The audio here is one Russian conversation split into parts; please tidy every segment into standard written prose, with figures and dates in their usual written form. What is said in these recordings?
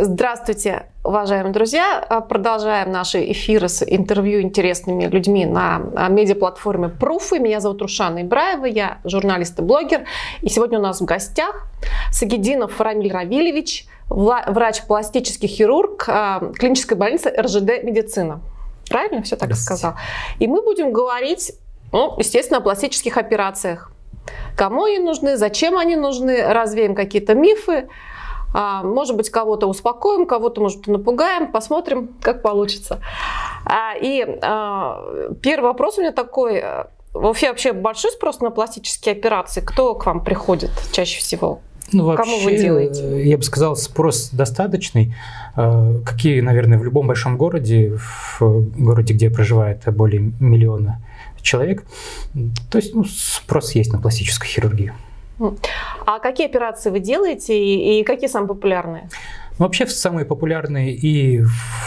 Здравствуйте, уважаемые друзья! Продолжаем наши эфиры с интервью интересными людьми на медиаплатформе Пруфы. Меня зовут Рушана Ибраева, я журналист и блогер. И сегодня у нас в гостях Сагидинов Рамиль Равильевич, врач-пластический хирург клинической больницы РЖД «Медицина». Правильно все так сказал? И мы будем говорить, естественно, о пластических операциях. Кому они нужны, зачем они нужны, развеем какие-то мифы. Может быть, кого-то успокоим, кого-то, может, напугаем, посмотрим, как получится. И первый вопрос у меня такой. Вообще большой спрос на пластические операции? Кто к вам приходит чаще всего? Вообще, кому вы делаете? Я бы сказал, спрос достаточный. Какие, наверное, в любом большом городе, в городе, где проживает более 1 миллиона человек, то есть спрос есть на пластическую хирургию. А какие операции вы делаете и какие самые популярные? Вообще самые популярные и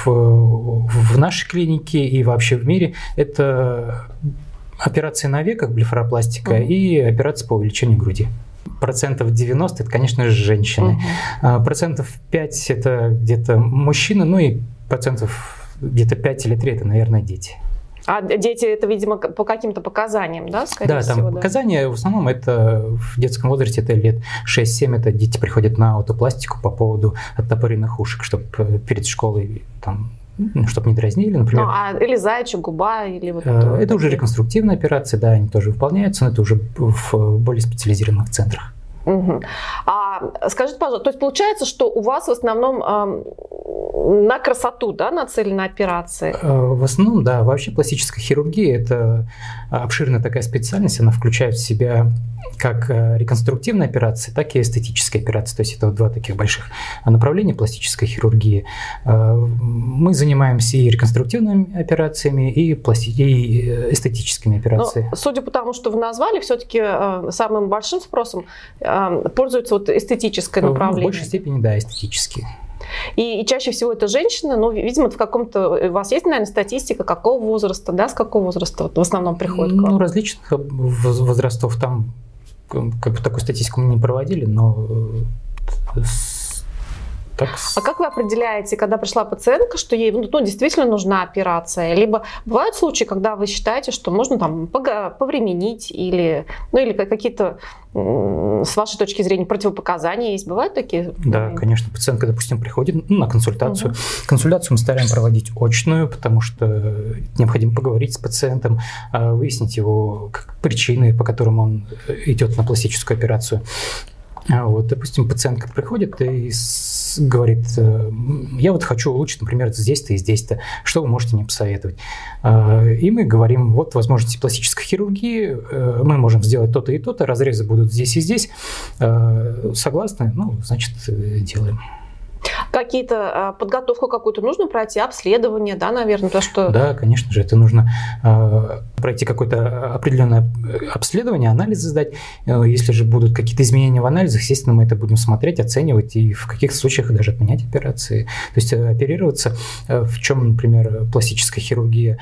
в нашей клинике, и вообще в мире – это операции на веках, блефаропластика, и операции по увеличению груди. 90% это, конечно же, женщины. 5% это где-то мужчины, и где-то 5 или 3 это, наверное, дети. А дети это, видимо, по каким-то показаниям, да, скорее всего? Там показания в основном это в детском возрасте, это лет 6-7, это дети приходят на аутопластику по поводу оттопыренных ушек, чтобы перед школой чтобы не дразнили, например. Или заячья губа, или вот это уже реконструктивные операции, да, они тоже выполняются, но это уже в более специализированных центрах. Скажите, пожалуйста, то есть получается, что у вас в основном на красоту, да, нацелены операции? В основном, да. Вообще пластическая хирургия – это обширная такая специальность, она включает в себя как реконструктивные операции, так и эстетические операции. То есть это два таких больших направления пластической хирургии. Мы занимаемся и реконструктивными операциями, и эстетическими операциями. Судя по тому, что вы назвали, все-таки самым большим спросом пользуется эстетическое направление. В большей степени, да, эстетические. И чаще всего это женщины, видимо, в каком-то... У вас есть, наверное, статистика, какого возраста, да, с какого возраста в основном приходят к вам? Различных возрастов там такую статистику мы не проводили, но... А как вы определяете, когда пришла пациентка, что ей действительно нужна операция? Либо бывают случаи, когда вы считаете, что можно повременить или какие-то, с вашей точки зрения, противопоказания есть? Бывают такие? Да, конечно. Пациентка, допустим, приходит на консультацию. Консультацию мы стараемся проводить очную, потому что необходимо поговорить с пациентом, выяснить его причины, по которым он идет на пластическую операцию. Допустим, пациентка приходит и говорит: я хочу улучшить, например, здесь-то и здесь-то, что вы можете мне посоветовать? И мы говорим: возможности пластической хирургии, мы можем сделать то-то и то-то, разрезы будут здесь и здесь. Согласны? Значит, делаем. Какие-то подготовку какую-то нужно пройти, обследование, да, наверное, то что... Да, конечно же, это нужно пройти какое-то определенное обследование, анализы сдать. Если же будут какие-то изменения в анализах, естественно, мы это будем смотреть, оценивать и в каких случаях даже отменять операции. То есть оперироваться, в чем, например, пластическая хирургия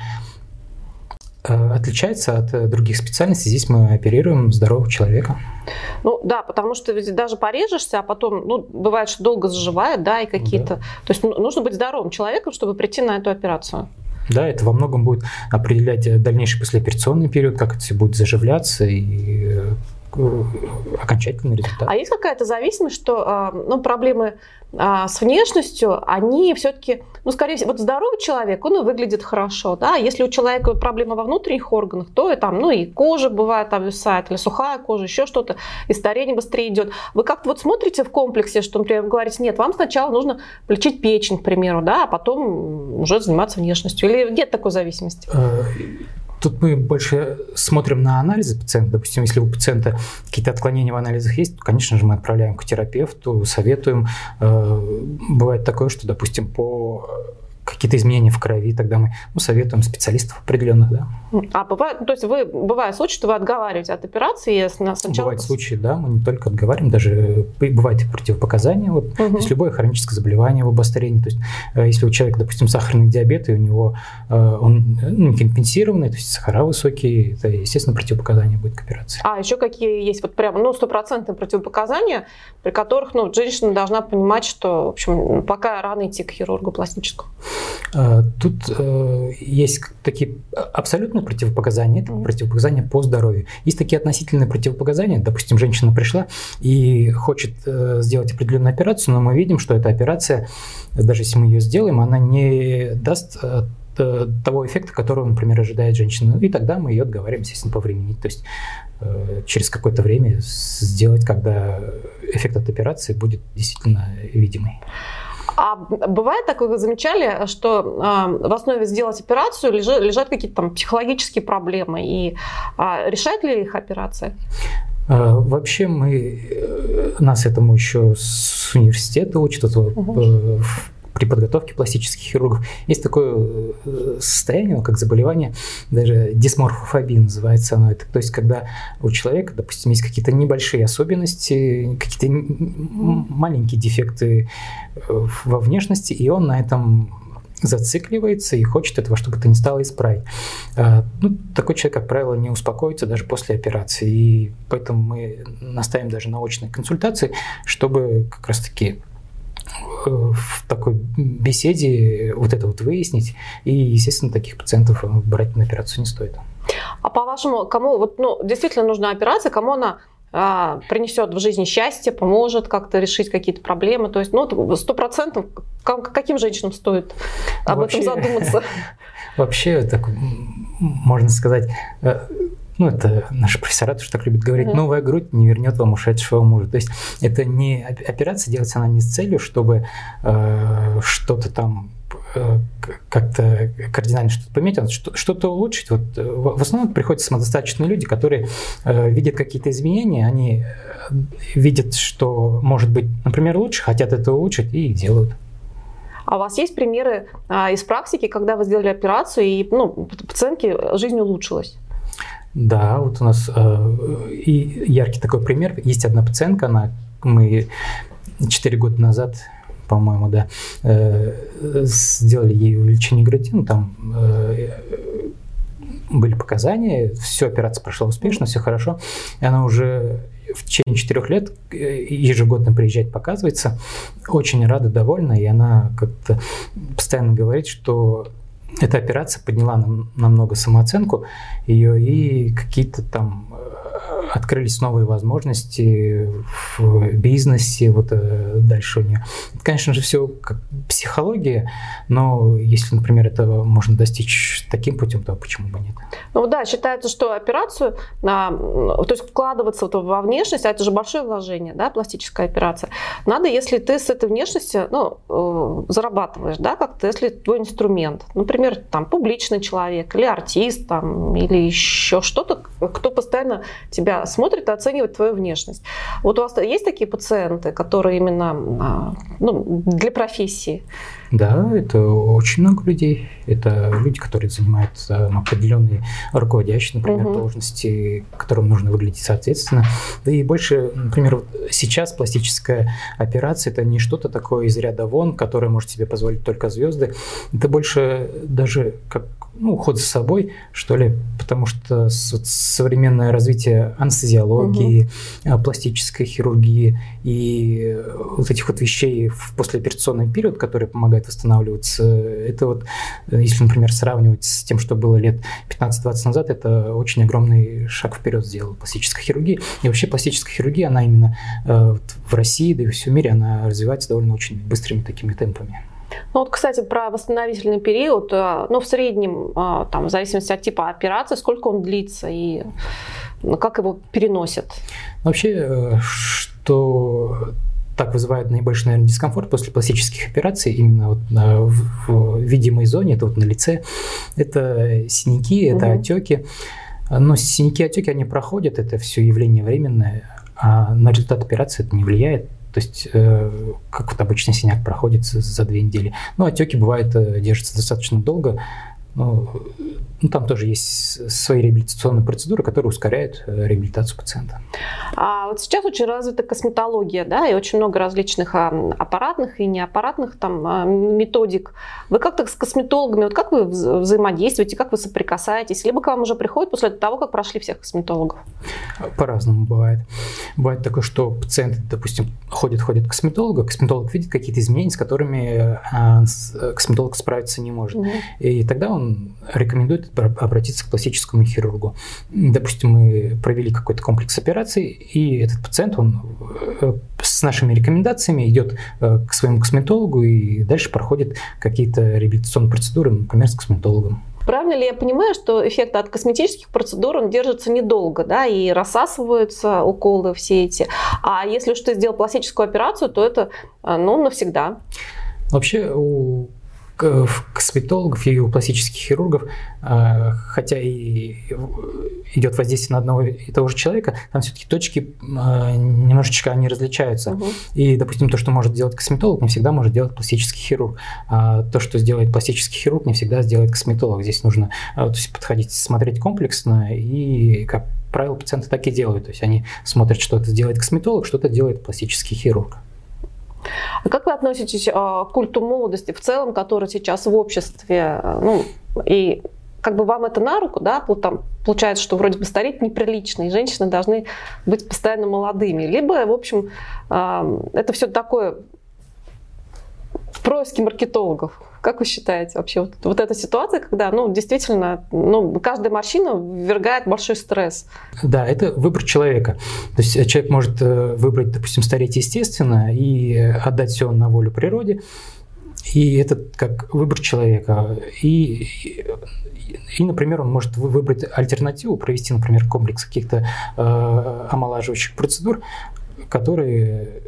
отличается от других специальностей. Здесь мы оперируем здорового человека. Да, потому что ведь даже порежешься, а потом, бывает, что долго заживает, да, и какие-то... Да. То есть нужно быть здоровым человеком, чтобы прийти на эту операцию. Да, это во многом будет определять дальнейший послеоперационный период, как это все будет заживляться и окончательный результат. А есть какая-то зависимость, что проблемы с внешностью, они все-таки, скорее всего, здоровый человек, он и выглядит хорошо, да, если у человека проблемы во внутренних органах, то и кожа бывает обвисает, или сухая кожа, еще что-то, и старение быстрее идет. Вы как-то смотрите в комплексе, что, например, вы говорите: нет, вам сначала нужно лечить печень, к примеру, да, а потом уже заниматься внешностью, или нет такой зависимости? Тут мы больше смотрим на анализы пациента. Допустим, если у пациента какие-то отклонения в анализах есть, то, конечно же, мы отправляем к терапевту, советуем. Бывает такое, что, допустим, по какие-то изменения в крови, тогда мы советуем специалистов определенных, да. А бывает, то есть бывает случай, что вы отговариваете от операции сначала? Бывают случаи, да, мы не только отговариваем, даже бывают и противопоказания. То есть любое хроническое заболевание в обострении, то есть если у человека, допустим, сахарный диабет, и у него он компенсированный, то есть сахара высокие, это, естественно, противопоказание будет к операции. А еще какие есть вот прям, 100% противопоказания, при которых, женщина должна понимать, что, в общем, пока рано идти к хирургу пластическому? Тут есть такие абсолютные противопоказания, это противопоказания по здоровью. Есть такие относительные противопоказания, допустим, женщина пришла и хочет сделать определенную операцию, но мы видим, что эта операция, даже если мы ее сделаем, она не даст того эффекта, которого, например, ожидает женщина. И тогда мы ее отговариваем, естественно, повременить. То есть через какое-то время сделать, когда эффект от операции будет действительно видимый. А бывает такое, вы замечали, что в основе сделать операцию лежат какие-то там психологические проблемы, и решает ли их операция? Вообще нас этому еще с университета учат, при подготовке пластических хирургов. Есть такое состояние, как заболевание, даже дисморфофобия называется оно. То есть, когда у человека, допустим, есть какие-то небольшие особенности, какие-то маленькие дефекты во внешности, и он на этом зацикливается и хочет этого, чтобы это не стало исправить. Такой человек, как правило, не успокоится даже после операции. И поэтому мы наставим даже на очной консультации, чтобы как раз-таки в такой беседе вот это выяснить. И, естественно, таких пациентов брать на операцию не стоит. А по-вашему, кому действительно нужна операция, кому она принесет в жизни счастье, поможет как-то решить какие-то проблемы? То есть, 100%, каким женщинам стоит об этом задуматься? Вообще, так можно сказать, это наши профессора тоже так любят говорить, новая грудь не вернет вам ушедшего мужа. То есть это не операция, делается она не с целью, чтобы что-то там как-то кардинально что-то поменять, что-то улучшить. В основном приходят самодостаточные люди, которые видят какие-то изменения, они видят, что может быть, например, лучше, хотят это улучшить и делают. А у вас есть примеры из практики, когда вы сделали операцию и пациентке жизнь улучшилась? Да, вот у нас и яркий такой пример. Есть одна пациентка, мы 4 года назад, по-моему, да, сделали ей увеличение груди, там были показания, все, операция прошла успешно, все хорошо, и она уже в течение 4 лет ежегодно приезжает, показывается, очень рада, довольна, и она как-то постоянно говорит, что эта операция подняла намного самооценку ее, и какие-то там открылись новые возможности в бизнесе, дальше у нее. Это, конечно же, все как психология, но если, например, этого можно достичь таким путем, то почему бы нет? Считается, что операцию, то есть вкладываться во внешность, а это же большое вложение, да, пластическая операция, надо, если ты с этой внешностью, зарабатываешь, да, как-то, если твой инструмент, например, там, публичный человек или артист, там, или еще что-то, кто постоянно тебя смотрит и оценивает твою внешность. Вот у вас есть такие пациенты, которые именно для профессии? Да, это очень много людей. Это люди, которые занимают определенные руководящие, например, должности, которым нужно выглядеть соответственно. Да и больше, например, сейчас пластическая операция – это не что-то такое из ряда вон, которое может себе позволить только звезды. Это больше даже как уход за собой, что ли, потому что современное развитие анестезиологии, пластической хирургии и этих вещей в послеоперационный период, которые помогают восстанавливаться, это если, например, сравнивать с тем, что было лет 15-20 назад, это очень огромный шаг вперед сделала пластическая хирургия. И вообще пластическая хирургия, она именно в России, да и во всем мире, она развивается довольно очень быстрыми такими темпами. Кстати, про восстановительный период, в среднем, в зависимости от типа операции, сколько он длится и как его переносят? Вообще, что так вызывает наибольший, наверное, дискомфорт после пластических операций, именно в видимой зоне, это на лице, это синяки, это отеки. Но синяки и отеки, они проходят, это все явление временное, а на результат операции это не влияет. То есть, как вот обычно синяк проходит за 2 недели. Ну, отеки бывают, держатся достаточно долго. Ну, там тоже есть свои реабилитационные процедуры, которые ускоряют реабилитацию пациента. А вот сейчас очень развита косметология, да, и очень много различных аппаратных и неаппаратных там методик. Вы как-то с косметологами, вот как вы взаимодействуете, как вы соприкасаетесь? Либо к вам уже приходят после того, как прошли всех косметологов? По-разному бывает. Бывает такое, что пациент, допустим, ходит к косметологу, косметолог видит какие-то изменения, с которыми косметолог справиться не может. И тогда он рекомендует обратиться к пластическому хирургу. Допустим, мы провели какой-то комплекс операций, и этот пациент, он с нашими рекомендациями идет к своему косметологу и дальше проходит какие-то реабилитационные процедуры, например, с косметологом. Правильно ли я понимаю, что эффект от косметических процедур, он держится недолго, да, и рассасываются уколы все эти, а если уж ты сделал пластическую операцию, то это, навсегда? Вообще у косметологов и у пластических хирургов, хотя и идет воздействие на одного и того же человека, там все-таки точки немножечко они различаются. И, допустим, то, что может делать косметолог, не всегда может делать пластический хирург. А то, что сделает пластический хирург, не всегда сделает косметолог. Здесь нужно подходить, смотреть комплексно, и, как правило, пациенты так и делают. То есть они смотрят, что-то делает косметолог, что-то делает пластический хирург. А как вы относитесь к культу молодости в целом, который сейчас в обществе, и как бы вам это на руку, да, там получается, что вроде бы стареть неприлично, и женщины должны быть постоянно молодыми, либо, в общем, это все такое происки маркетологов. Как вы считаете вообще вот эта ситуация, когда, действительно, каждая морщина ввергает большой стресс? Да, это выбор человека. То есть человек может выбрать, допустим, стареть естественно и отдать все на волю природе. И это как выбор человека. И, например, он может выбрать альтернативу, провести, например, комплекс каких-то омолаживающих процедур, которые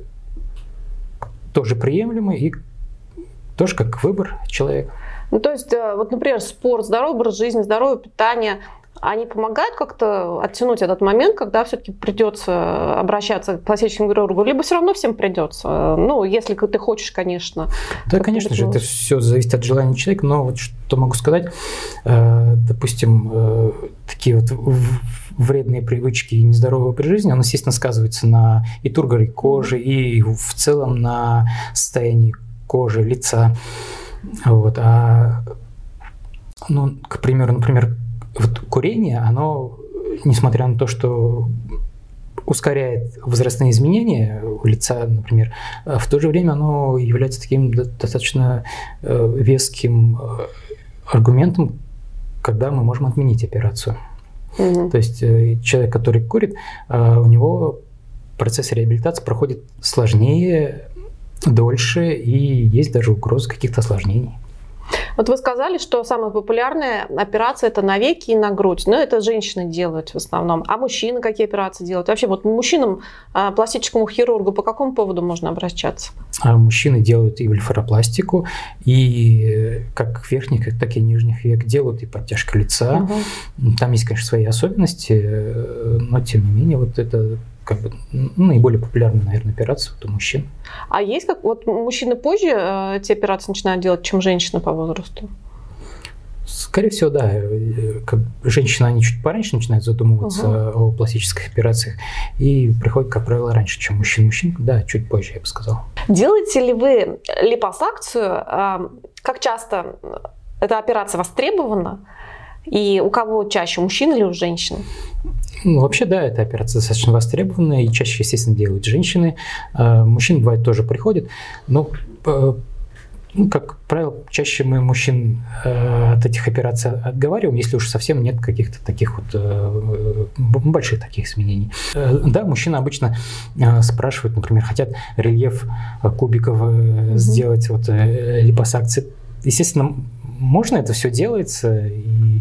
тоже приемлемы и тоже как выбор человека. То есть, например, спорт, здоровый образ жизни, здоровое питание, они помогают как-то оттянуть этот момент, когда все-таки придется обращаться к пластическому хирургу, либо все равно всем придется? Если ты хочешь, конечно. Да, конечно же, это все зависит от желания человека, но вот что могу сказать, допустим, такие вот вредные привычки и нездоровый образ жизни, он, естественно, сказывается на и тургоре кожи, и в целом на состоянии кожи, лица. Вот. К примеру, например, вот курение, оно, несмотря на то, что ускоряет возрастные изменения у лица, например, в то же время оно является таким достаточно веским аргументом, когда мы можем отменить операцию. То есть человек, который курит, у него процесс реабилитации проходит сложнее, дольше, и есть даже угроза каких-то осложнений. Вот вы сказали, что самая популярная операция – это на веки и на грудь. Но это женщины делают в основном. А мужчины какие операции делают? Вообще, вот мужчинам, пластическому хирургу, по какому поводу можно обращаться? Мужчины делают и блефаропластику, и как верхних, так и нижних век делают и подтяжку лица. Там есть, конечно, свои особенности, но тем не менее, вот это как бы наиболее популярная, наверное, операция у мужчин. А есть мужчины позже эти операции начинают делать, чем женщины по возрасту? Скорее всего, да. Женщины, они чуть пораньше начинают задумываться о пластических операциях и приходят, как правило, раньше, чем мужчин. Мужчин, да, чуть позже, я бы сказал. Делаете ли вы липосакцию? Как часто эта операция востребована? И у кого чаще, у мужчин или у женщин? Вообще, да, эта операция достаточно востребованная, и чаще, естественно, делают женщины. Мужчины, бывает, тоже приходят, но, как правило, чаще мы мужчин от этих операций отговариваем, если уж совсем нет каких-то таких вот больших таких изменений. Да, мужчины обычно спрашивают, например, хотят рельеф кубиков сделать, вот липосакции. Естественно, можно, это все делается, и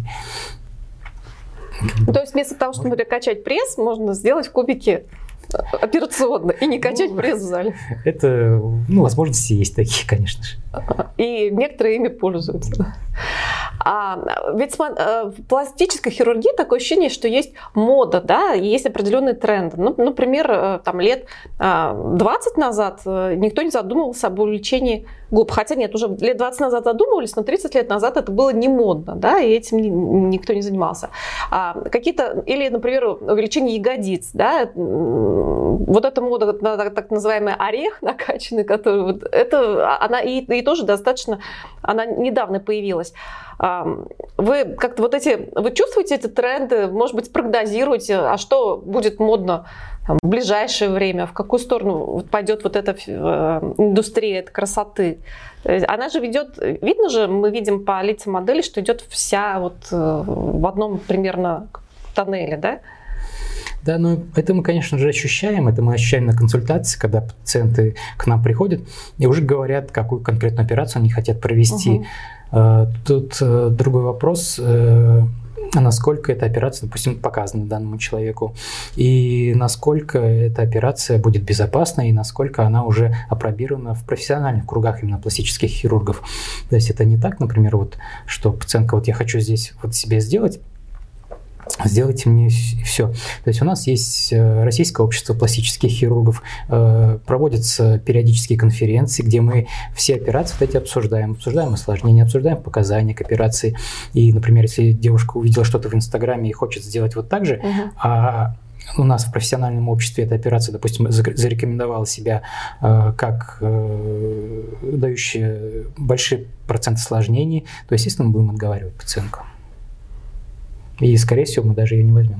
то есть вместо того, чтобы качать пресс, можно сделать кубики операционно и не качать пресс в зале. Это, возможности есть такие, конечно же. И некоторые ими пользуются. Ведь в пластической хирургии такое ощущение, что есть мода, да, и есть определенные тренды. Ну, например, там лет 20 назад никто не задумывался об увеличении губ. Хотя нет, уже лет 20 назад задумывались, но 30 лет назад это было не модно, да, и этим никто не занимался. Или, например, увеличение ягодиц, да, вот эта мода, так называемый орех накачанный, который вот, она и тоже достаточно, она недавно появилась. Вы как-то вы чувствуете эти тренды, может быть, прогнозируете, а что будет модно в ближайшее время, в какую сторону пойдет вот эта индустрия этой красоты? Она же ведет, видно же, мы видим по лицам модели, что идет вся вот в одном примерно тоннеле, да? Да, ну это мы, конечно же, ощущаем. Это мы ощущаем на консультации, когда пациенты к нам приходят и уже говорят, какую конкретную операцию они хотят провести. Тут другой вопрос, насколько эта операция, допустим, показана данному человеку, и насколько эта операция будет безопасна, и насколько она уже апробирована в профессиональных кругах именно пластических хирургов. То есть это не так, например, вот, что пациентка, вот я хочу здесь вот себе сделайте мне все. То есть у нас есть Российское общество пластических хирургов, проводятся периодические конференции, где мы все операции вот эти обсуждаем осложнения, обсуждаем показания к операции. И, например, если девушка увидела что-то в Инстаграме и хочет сделать вот так же, а у нас в профессиональном обществе эта операция, допустим, зарекомендовала себя как дающая большой процент осложнений, то, естественно, мы будем отговаривать пациентку. И, скорее всего, мы даже ее не возьмем.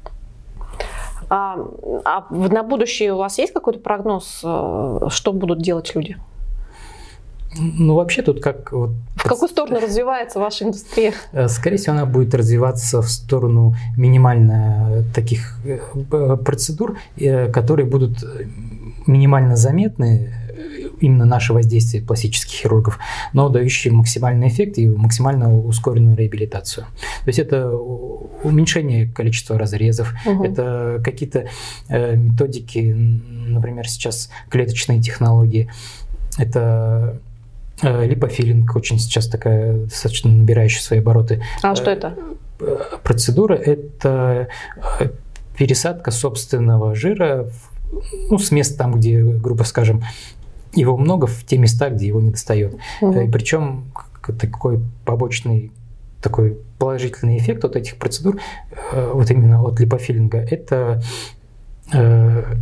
На будущее у вас есть какой-то прогноз, что будут делать люди? Ну, вообще тут как... Вот, в какую сторону развивается ваша индустрия? Скорее всего, она будет развиваться в сторону минимально таких процедур, которые будут минимально заметны, именно наше воздействие пластических хирургов, но дающие максимальный эффект и максимально ускоренную реабилитацию. То есть это уменьшение количества разрезов, это какие-то методики, например, сейчас клеточные технологии, это липофилинг, очень сейчас такая достаточно набирающая свои обороты. А что это? Процедура – это пересадка собственного жира с мест там, где, грубо скажем, его много, в те места, где его не достает. И причем такой побочный, такой положительный эффект от этих процедур, вот именно от липофилинга, это то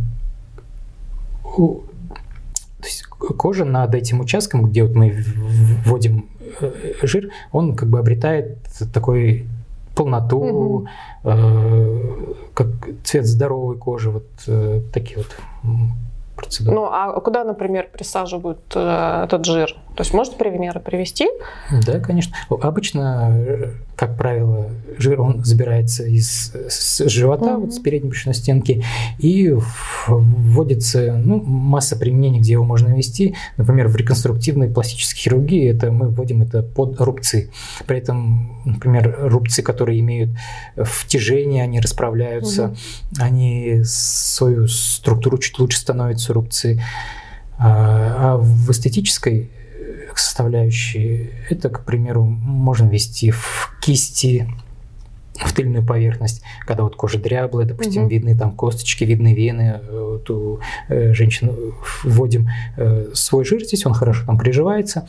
есть кожа над этим участком, где вот мы вводим жир, он как бы обретает такой полноту, как цвет здоровой кожи, вот такие вот процедуры. Ну, а куда, например, присаживают этот жир? То есть можете примеры привести? Да, конечно. Обычно, как правило, жир, он забирается с живота, вот с передней брюшной стенки, и вводится масса применений, где его можно ввести. Например, в реконструктивной пластической хирургии мы вводим это под рубцы. При этом, например, рубцы, которые имеют втяжение, они расправляются, они свою структуру чуть лучше становятся, рубцы. А в эстетической составляющей это, к примеру, можно ввести в кисти, в тыльную поверхность, когда вот кожа дряблая, допустим, видны там косточки, видны вены, вот у женщин вводим свой жир, здесь он хорошо там приживается.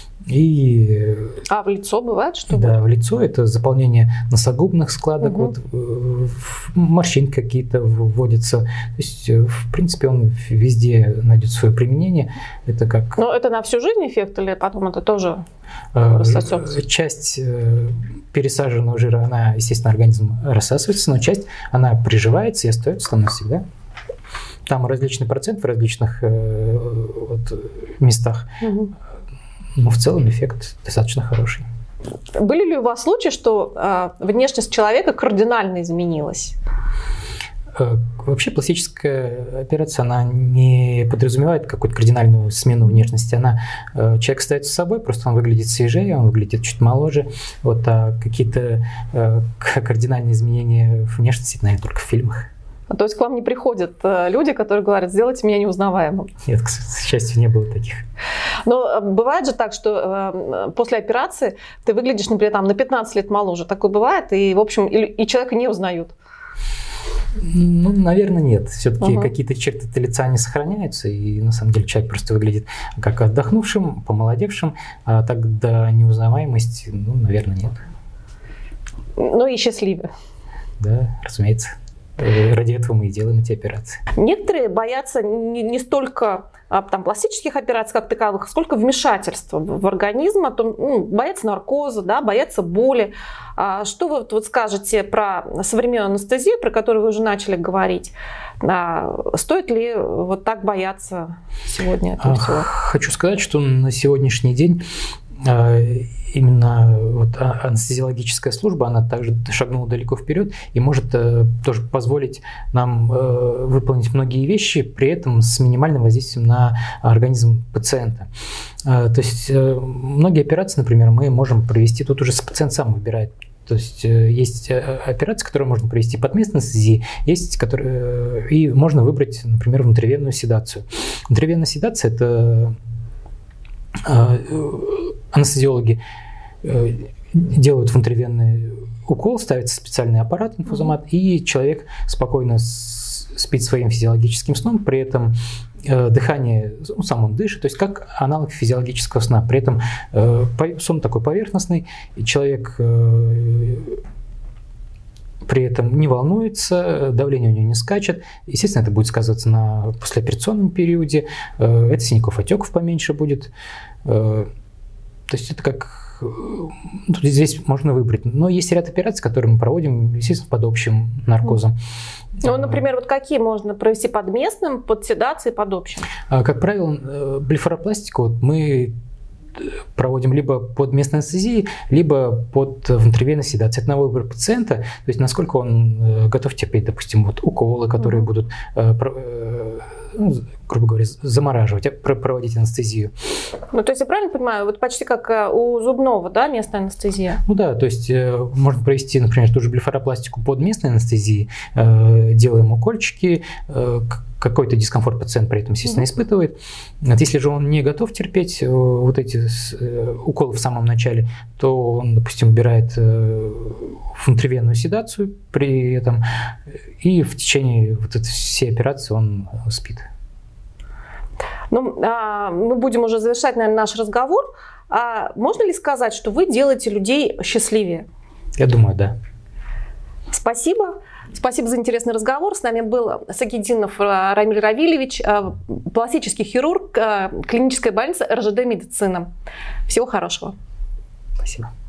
А в лицо бывает что? Да, в лицо это заполнение носогубных складок, вот, морщинки какие-то вводятся. То есть, в принципе, он везде найдет свое применение. Это как... Но это на всю жизнь эффект или потом это тоже рассосется? Часть пересаженного жира, она, естественно, организм рассасывается, но часть, она приживается и остается там навсегда. Там различный процент в различных местах. Но в целом эффект достаточно хороший. Были ли у вас случаи, что внешность человека кардинально изменилась? Вообще пластическая операция, она не подразумевает какую-то кардинальную смену внешности. Человек остается с собой, просто он выглядит свежее, он выглядит чуть моложе. А какие-то кардинальные изменения внешности, наверное, только в фильмах. То есть к вам не приходят люди, которые говорят: сделайте меня неузнаваемым? Нет, к счастью, не было таких. Но бывает же так, что после операции ты выглядишь, например, там, на 15 лет моложе. Такое бывает, и, в общем, и человека не узнают. Ну, наверное, нет. Все-таки какие-то черты лица не сохраняются, и на самом деле человек просто выглядит как отдохнувшим, помолодевшим, а тогда неузнаваемость, ну, наверное, нет. Ну и счастливее. Да, разумеется. Ради этого мы и делаем эти операции. Некоторые боятся не столько там, пластических операций как таковых, сколько вмешательства в организм, боятся наркоза, да, боятся боли. Что вы вот скажете про современную анестезию, про которую вы уже начали говорить? Стоит ли вот так бояться сегодня этого всего? Хочу сказать, что на сегодняшний день именно вот анестезиологическая служба, она также шагнула далеко вперед и может тоже позволить нам выполнить многие вещи, при этом с минимальным воздействием на организм пациента. То есть многие операции, например, мы можем провести, тут уже пациент сам выбирает. То есть есть операции, которые можно провести под местной анестезией, есть которые, и можно выбрать, например, внутривенную седацию. Внутривенная седация – это анестезиологи делают внутривенный укол, ставится специальный аппарат, инфузомат, и человек спокойно спит своим физиологическим сном, при этом дыхание, сам он дышит, то есть как аналог физиологического сна. При этом сон такой поверхностный, и человек при этом не волнуется, давление у него не скачет. Естественно, это будет сказываться на послеоперационном периоде. Это синяков, отеков поменьше будет. То есть это как... Здесь можно выбрать. Но есть ряд операций, которые мы проводим, естественно, под общим наркозом. Ну, например, вот какие можно провести под местным, под седацией, под общим? Как правило, блефаропластику мы проводим либо под местной анестезией, либо под внутривенной седацией. Это на выбор пациента, то есть насколько он готов терпеть, допустим, вот уколы, которые будут, грубо говоря, замораживать, проводить анестезию. Ну, то есть я правильно понимаю, вот почти как у зубного, да, местная анестезия? Ну да, то есть можно провести, например, ту же блефаропластику под местной анестезией, делаем укольчики, какой-то дискомфорт пациент при этом, естественно, испытывает. Вот если же он не готов терпеть вот эти уколы в самом начале, то он, допустим, выбирает внутривенную седацию при этом, и в течение вот этой всей операции он спит. Ну, мы будем уже завершать, наверное, наш разговор. Можно ли сказать, что вы делаете людей счастливее? Я думаю, да. Спасибо. Спасибо за интересный разговор. С нами был Сагидинов Рамиль Равильевич, пластический хирург, клиническая больница РЖД «Медицина». Всего хорошего. Спасибо.